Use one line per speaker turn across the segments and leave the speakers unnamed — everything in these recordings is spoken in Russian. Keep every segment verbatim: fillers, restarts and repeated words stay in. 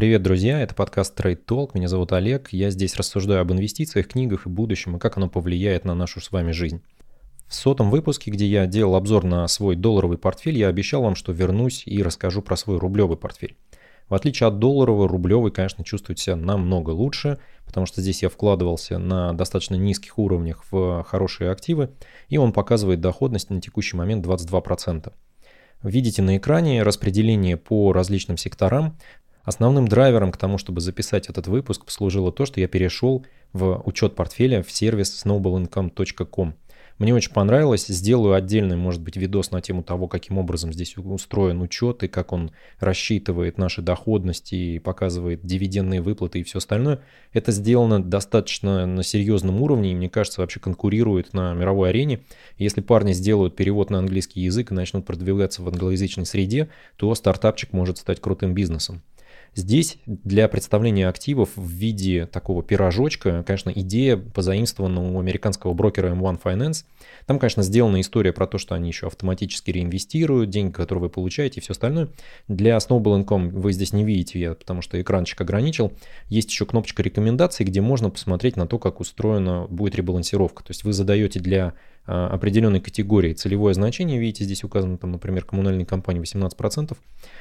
Привет, друзья, это подкаст Trade Talk, меня зовут Олег, я здесь рассуждаю об инвестициях, книгах и будущем, и как оно повлияет на нашу с вами жизнь. В сотом выпуске, где я делал обзор на свой долларовый портфель, я обещал вам, что вернусь и расскажу про свой рублевый портфель. В отличие от долларового, рублевый, конечно, чувствует себя намного лучше, потому что здесь я вкладывался на достаточно низких уровнях в хорошие активы, и он показывает доходность на текущий момент двадцать два процента. Видите на экране распределение по различным секторам. Основным драйвером к тому, чтобы записать этот выпуск, послужило то, что я перешел в учет портфеля в сервис snowball income точка com. Мне очень понравилось, сделаю отдельный, может быть, видос на тему того, каким образом здесь устроен учет и как он рассчитывает наши доходности и показывает дивидендные выплаты и все остальное. Это сделано достаточно на серьезном уровне и, мне кажется, вообще конкурирует на мировой арене. Если парни сделают перевод на английский язык и начнут продвигаться в англоязычной среде, то стартапчик может стать крутым бизнесом. Здесь для представления активов в виде такого пирожочка, конечно, идея позаимствована у американского брокера эм один Finance. Там, конечно, сделана история про то, что они еще автоматически реинвестируют деньги, которые вы получаете и все остальное. Для snowball income вы здесь не видите, я, потому что экранчик ограничил. Есть еще кнопочка рекомендаций, где можно посмотреть на то, как устроена будет ребалансировка. То есть вы задаете для а, определенной категории целевое значение, видите, здесь указано, там, например, коммунальные компании восемнадцать процентов.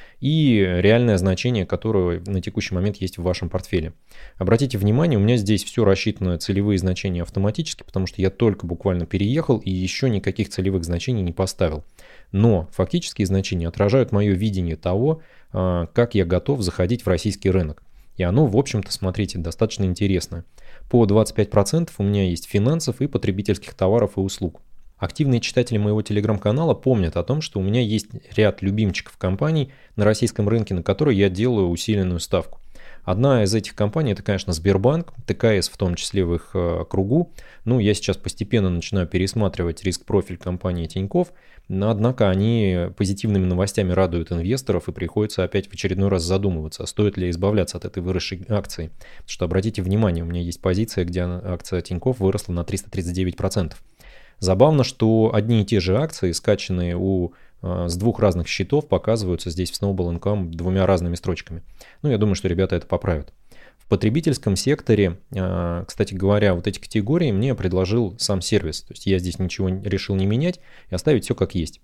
И реальное значение, которое на текущий момент есть в вашем портфеле. Обратите внимание, у меня здесь все рассчитано целевые значения автоматически, потому что я только буквально переехал и еще никаких целевых значений не поставил. Но фактические значения отражают мое видение того, как я готов заходить в российский рынок. И оно, в общем-то, смотрите, достаточно интересное. По двадцать пять процентов у меня есть финансов и потребительских товаров и услуг. Активные читатели моего телеграм-канала помнят о том, что у меня есть ряд любимчиков компаний на российском рынке, на которые я делаю усиленную ставку. Одна из этих компаний – это, конечно, Сбербанк, тэ ка эс в том числе в их э, кругу. Ну, я сейчас постепенно начинаю пересматривать риск-профиль компании Тинькофф, но, однако, они позитивными новостями радуют инвесторов, и приходится опять в очередной раз задумываться, стоит ли избавляться от этой выросшей акции. Потому что, обратите внимание, у меня есть позиция, где акция Тинькофф выросла на триста тридцать девять процентов. Забавно, что одни и те же акции, скачанные у, с двух разных счетов, показываются здесь в snowball income двумя разными строчками. Ну, я думаю, что ребята это поправят. В потребительском секторе, кстати говоря, вот эти категории мне предложил сам сервис. То есть я здесь ничего решил не менять и оставить все как есть.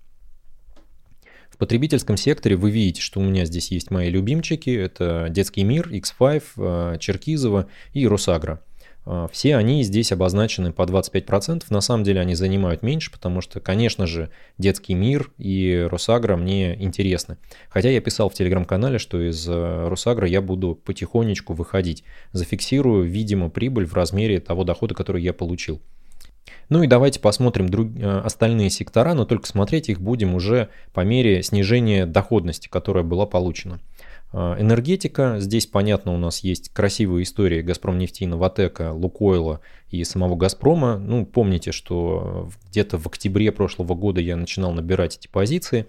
В потребительском секторе вы видите, что у меня здесь есть мои любимчики. Это Детский мир, икс пять, Черкизово и Росагро. Все они здесь обозначены по двадцать пять процентов. На самом деле они занимают меньше, потому что, конечно же, Детский мир и Росагро мне интересны. Хотя я писал в телеграм-канале, что из Росагро я буду потихонечку выходить. Зафиксирую, видимо, прибыль в размере того дохода, который я получил. Ну и давайте посмотрим друг... остальные сектора, но только смотреть их будем уже по мере снижения доходности, которая была получена. Энергетика. Здесь, понятно, у нас есть красивые истории Газпромнефти, Новатэка, Лукойла и самого Газпрома. Ну, помните, что где-то в октябре прошлого года я начинал набирать эти позиции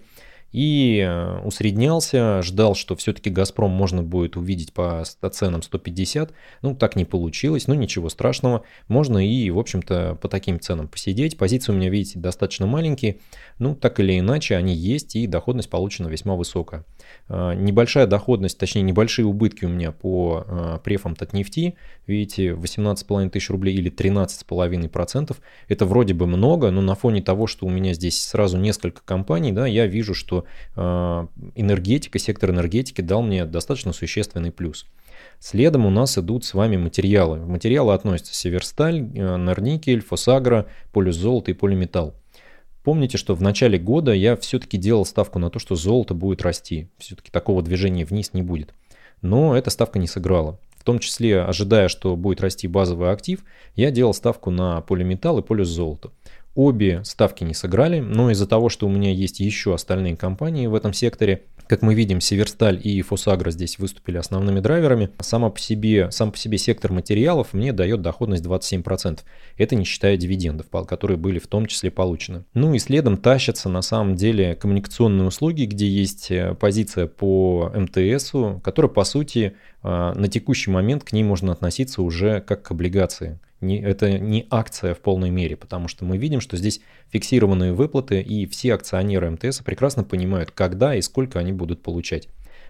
и усреднялся, ждал, что все-таки Газпром можно будет увидеть по ценам сто пятьдесят. Ну, так не получилось, но ничего страшного. Можно и, в общем-то, по таким ценам посидеть. Позиции у меня, видите, достаточно маленькие. Ну, так или иначе, они есть, и доходность получена весьма высокая. Небольшая доходность, точнее, небольшие убытки у меня по префам Татнефти. Видите, восемнадцать с половиной тысяч рублей или тринадцать с половиной процентов. Это вроде бы много, но на фоне того, что у меня здесь сразу несколько компаний, да, я вижу, что энергетика, сектор энергетики дал мне достаточно существенный плюс. Следом у нас идут с вами материалы. В материалы относятся Северсталь, Норникель, Фосагро, Полюс золото и Полиметалл. Помните, что в начале года я все-таки делал ставку на то, что золото будет расти. Все-таки такого движения вниз не будет. Но эта ставка не сыграла. В том числе, ожидая, что будет расти базовый актив, я делал ставку на Полиметалл и Полюс золото. Обе ставки не сыграли, но из-за того, что у меня есть еще остальные компании в этом секторе, как мы видим, Северсталь и Фосагро здесь выступили основными драйверами. Сама по себе, сам по себе сектор материалов мне дает доходность двадцать семь процентов. Это не считая дивидендов, которые были в том числе получены. Ну и следом тащатся на самом деле коммуникационные услуги, где есть позиция по эм тэ эсу, которая по сути на текущий момент к ней можно относиться уже как к облигации. Это не акция в полной мере, потому что мы видим, что здесь фиксированные выплаты, и все акционеры эм тэ эса прекрасно понимают, когда и сколько они будут получать.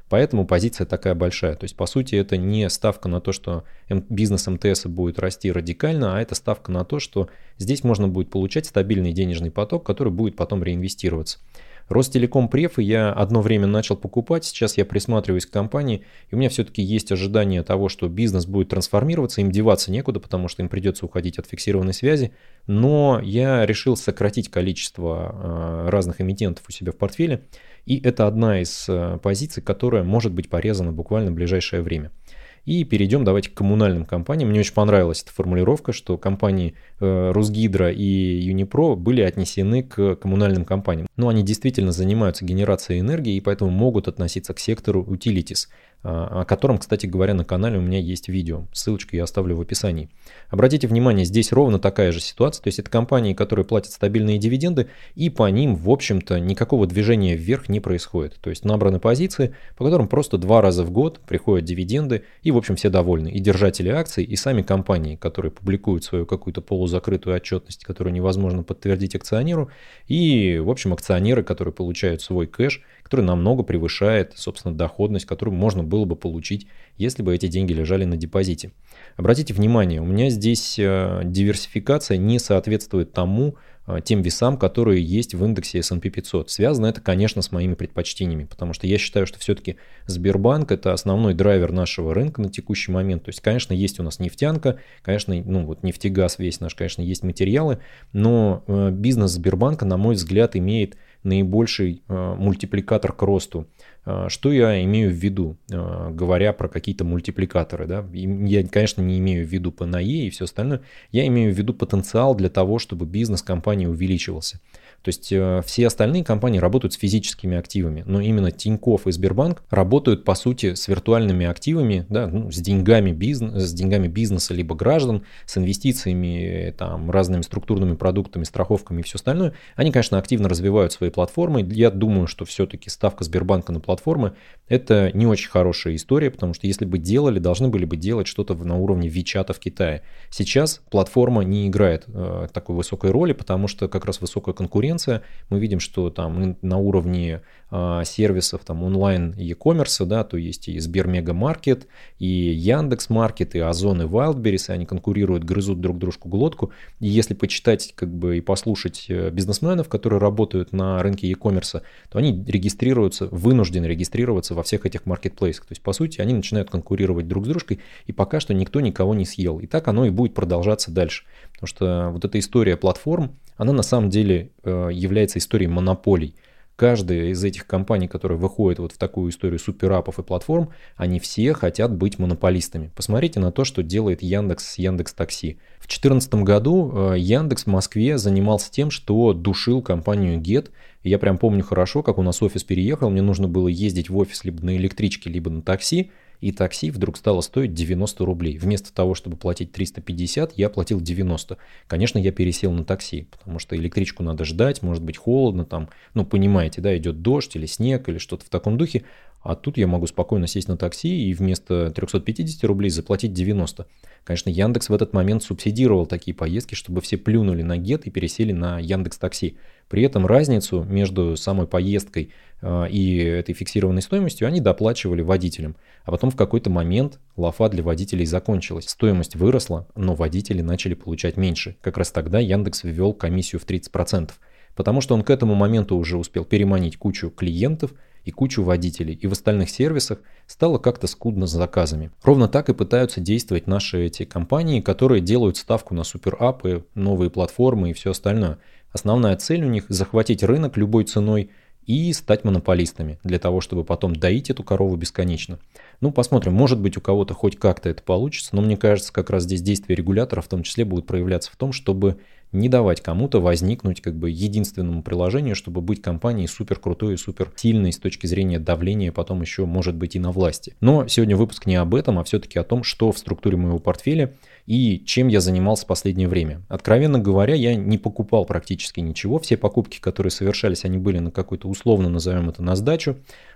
Поэтому позиция такая большая. То есть, по сути, это не ставка на то, что бизнес эм тэ эс будет расти радикально, а это ставка на то, что здесь можно будет получать стабильный денежный поток, который будет потом реинвестироваться. Ростелеком префы я одно время начал покупать, сейчас я присматриваюсь к компании, и у меня все-таки есть ожидание того, что бизнес будет трансформироваться, им деваться некуда, потому что им придется уходить от фиксированной связи, но я решил сократить количество разных эмитентов у себя в портфеле, и это одна из позиций, которая может быть порезана буквально в ближайшее время. И перейдем давайте к коммунальным компаниям. Мне очень понравилась эта формулировка, что компании э, Русгидро и Юнипро были отнесены к коммунальным компаниям. Но они действительно занимаются генерацией энергии и поэтому могут относиться к сектору utilities, о котором, кстати говоря, на канале у меня есть видео. Ссылочку я оставлю в описании. Обратите внимание, здесь ровно такая же ситуация. То есть это компании, которые платят стабильные дивиденды, и по ним, в общем-то, никакого движения вверх не происходит. То есть набраны позиции, по которым просто два раза в год приходят дивиденды, и, в общем, все довольны. И держатели акций, и сами компании, которые публикуют свою какую-то полузакрытую отчетность, которую невозможно подтвердить акционеру, и, в общем, акционеры, которые получают свой кэш, который намного превышает, собственно, доходность, которую можно было бы получить, если бы эти деньги лежали на депозите. Обратите внимание, у меня здесь диверсификация не соответствует тому, тем весам, которые есть в индексе эс энд пи пятьсот. Связано это, конечно, с моими предпочтениями, потому что я считаю, что все-таки Сбербанк – это основной драйвер нашего рынка на текущий момент. То есть, конечно, есть у нас нефтянка, конечно, ну вот нефтегаз весь наш, конечно, есть материалы, но бизнес Сбербанка, на мой взгляд, имеет наибольший э, мультипликатор к росту. Э, что я имею в виду, э, говоря про какие-то мультипликаторы? Да? Я, конечно, не имею в виду пэ эн е и все остальное. Я имею в виду потенциал для того, чтобы бизнес компании увеличивался. То есть э, все остальные компании работают с физическими активами, но именно Тинькофф и Сбербанк работают, по сути, с виртуальными активами, да, ну, с, деньгами бизнес, с деньгами бизнеса либо граждан, с инвестициями, там, разными структурными продуктами, страховками и все остальное. Они, конечно, активно развивают свои платформы. Я думаю, что все-таки ставка Сбербанка на платформы – это не очень хорошая история, потому что если бы делали, должны были бы делать что-то на уровне Вичата в Китае. Сейчас платформа не играет э, такой высокой роли, потому что как раз высокая конкуренция. Мы видим, что там на уровне э, сервисов там, онлайн e-commerce, да, то есть и Сбермегамаркет, и Яндекс.Маркет, и Озон, и Wildberries, и они конкурируют, грызут друг дружку глотку. И если почитать как бы, и послушать бизнесменов, которые работают на рынке e-commerce, то они регистрируются, вынуждены регистрироваться во всех этих маркетплейсах. То есть, по сути, они начинают конкурировать друг с дружкой, и пока что никто никого не съел. И так оно и будет продолжаться дальше. Потому что вот эта история платформ, она на самом деле э, является историей монополий. Каждая из этих компаний, которые выходят вот в такую историю суперапов и платформ, они все хотят быть монополистами. Посмотрите на то, что делает Яндекс с Яндекс.Такси. В две тысячи четырнадцатом году э, Яндекс в Москве занимался тем, что душил компанию Get. И я прям помню хорошо, как у нас офис переехал, мне нужно было ездить в офис либо на электричке, либо на такси. И такси вдруг стало стоить девяносто рублей. Вместо того, чтобы платить триста пятьдесят, я платил девяносто. Конечно, я пересел на такси, потому что электричку надо ждать, может быть холодно, там, ну, понимаете, да, идет дождь или снег или что-то в таком духе. А тут я могу спокойно сесть на такси и вместо трехсот пятидесяти рублей заплатить девяносто. Конечно, Яндекс в этот момент субсидировал такие поездки, чтобы все плюнули на Get и пересели на Яндекс.Такси. При этом разницу между самой поездкой э, и этой фиксированной стоимостью они доплачивали водителям. А потом в какой-то момент лафа для водителей закончилась. Стоимость выросла, но водители начали получать меньше. Как раз тогда Яндекс ввел комиссию в тридцать процентов. Потому что он к этому моменту уже успел переманить кучу клиентов и кучу водителей. И в остальных сервисах стало как-то скудно с заказами. Ровно так и пытаются действовать наши эти компании, которые делают ставку на суперапы, новые платформы и все остальное. Основная цель у них – захватить рынок любой ценой и стать монополистами, для того, чтобы потом доить эту корову бесконечно. Ну, посмотрим, может быть, у кого-то хоть как-то это получится, но мне кажется, как раз здесь действия регулятора в том числе будут проявляться в том, чтобы не давать кому-то возникнуть как бы единственному приложению, чтобы быть компанией супер крутой и супер сильной с точки зрения давления, потом еще может быть и на власти. Но сегодня выпуск не об этом, а все-таки о том, что в структуре моего портфеля и чем я занимался в последнее время. Откровенно говоря, я не покупал практически ничего. Все покупки, которые совершались, они были на какой-то условно, назовем это, на сдачу.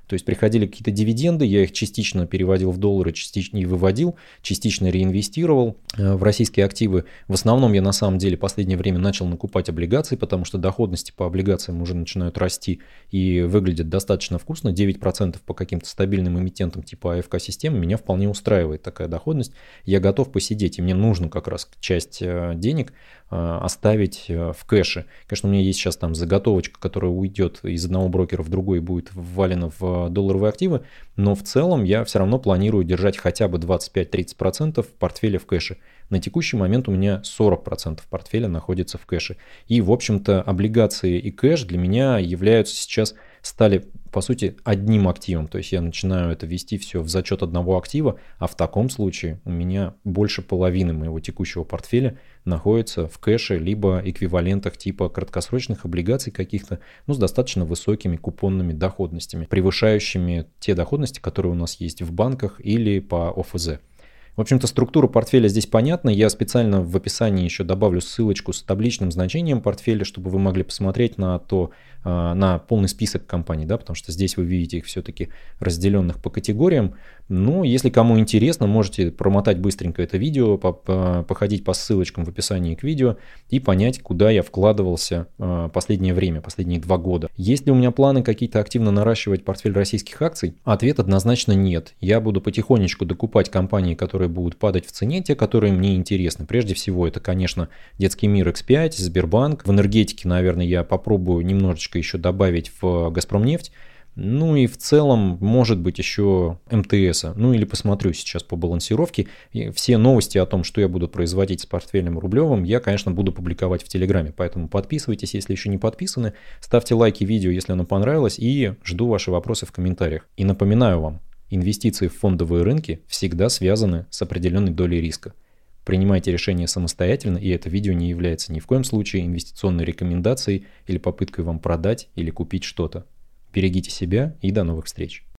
То есть приходили какие-то дивиденды, я их частично переводил в доллары, частично и выводил, частично реинвестировал в российские активы. В основном я на самом деле в последнее время начал накупать облигации, потому что доходности по облигациям уже начинают расти и выглядят достаточно вкусно. девять процентов по каким-то стабильным эмитентам типа АФК-системы меня вполне устраивает такая доходность. Я готов посидеть, и мне нужно как раз часть денег оставить в кэше. Конечно, у меня есть сейчас там заготовочка, которая уйдет из одного брокера в другой и будет ввалена в долларовые активы, но в целом я все равно планирую держать хотя бы двадцать пять - тридцать процентов портфеля в кэше. На текущий момент у меня сорок процентов портфеля находится в кэше. И, в общем-то, облигации и кэш для меня являются сейчас, стали, по сути, одним активом. То есть я начинаю это вести все в зачет одного актива, а в таком случае у меня больше половины моего текущего портфеля находится в кэше, либо эквивалентах типа краткосрочных облигаций каких-то, ну, с достаточно высокими купонными доходностями, превышающими те доходности, которые у нас есть в банках или по ОФЗ. В общем-то, структура портфеля здесь понятна. Я специально в описании еще добавлю ссылочку с табличным значением портфеля, чтобы вы могли посмотреть на то, на полный список компаний, да, потому что здесь вы видите их все-таки разделенных по категориям. Ну, если кому интересно, можете промотать быстренько это видео, походить по ссылочкам в описании к видео и понять, куда я вкладывался последнее время, последние два года. Есть ли у меня планы какие-то активно наращивать портфель российских акций? Ответ однозначно нет. Я буду потихонечку докупать компании, которые будут падать в цене, те, которые мне интересны. Прежде всего, это, конечно, Детский мир икс пять, Сбербанк. В энергетике, наверное, я попробую немножечко еще добавить в Газпромнефть. Ну и в целом, может быть, еще МТС. Ну или посмотрю сейчас по балансировке. И все новости о том, что я буду производить с портфелем рублевым, я, конечно, буду публиковать в Телеграме. Поэтому подписывайтесь, если еще не подписаны. Ставьте лайки видео, если оно понравилось. И жду ваши вопросы в комментариях. И напоминаю вам, инвестиции в фондовые рынки всегда связаны с определенной долей риска. Принимайте решения самостоятельно, и это видео не является ни в коем случае инвестиционной рекомендацией или попыткой вам продать или купить что-то. Берегите себя и до новых встреч.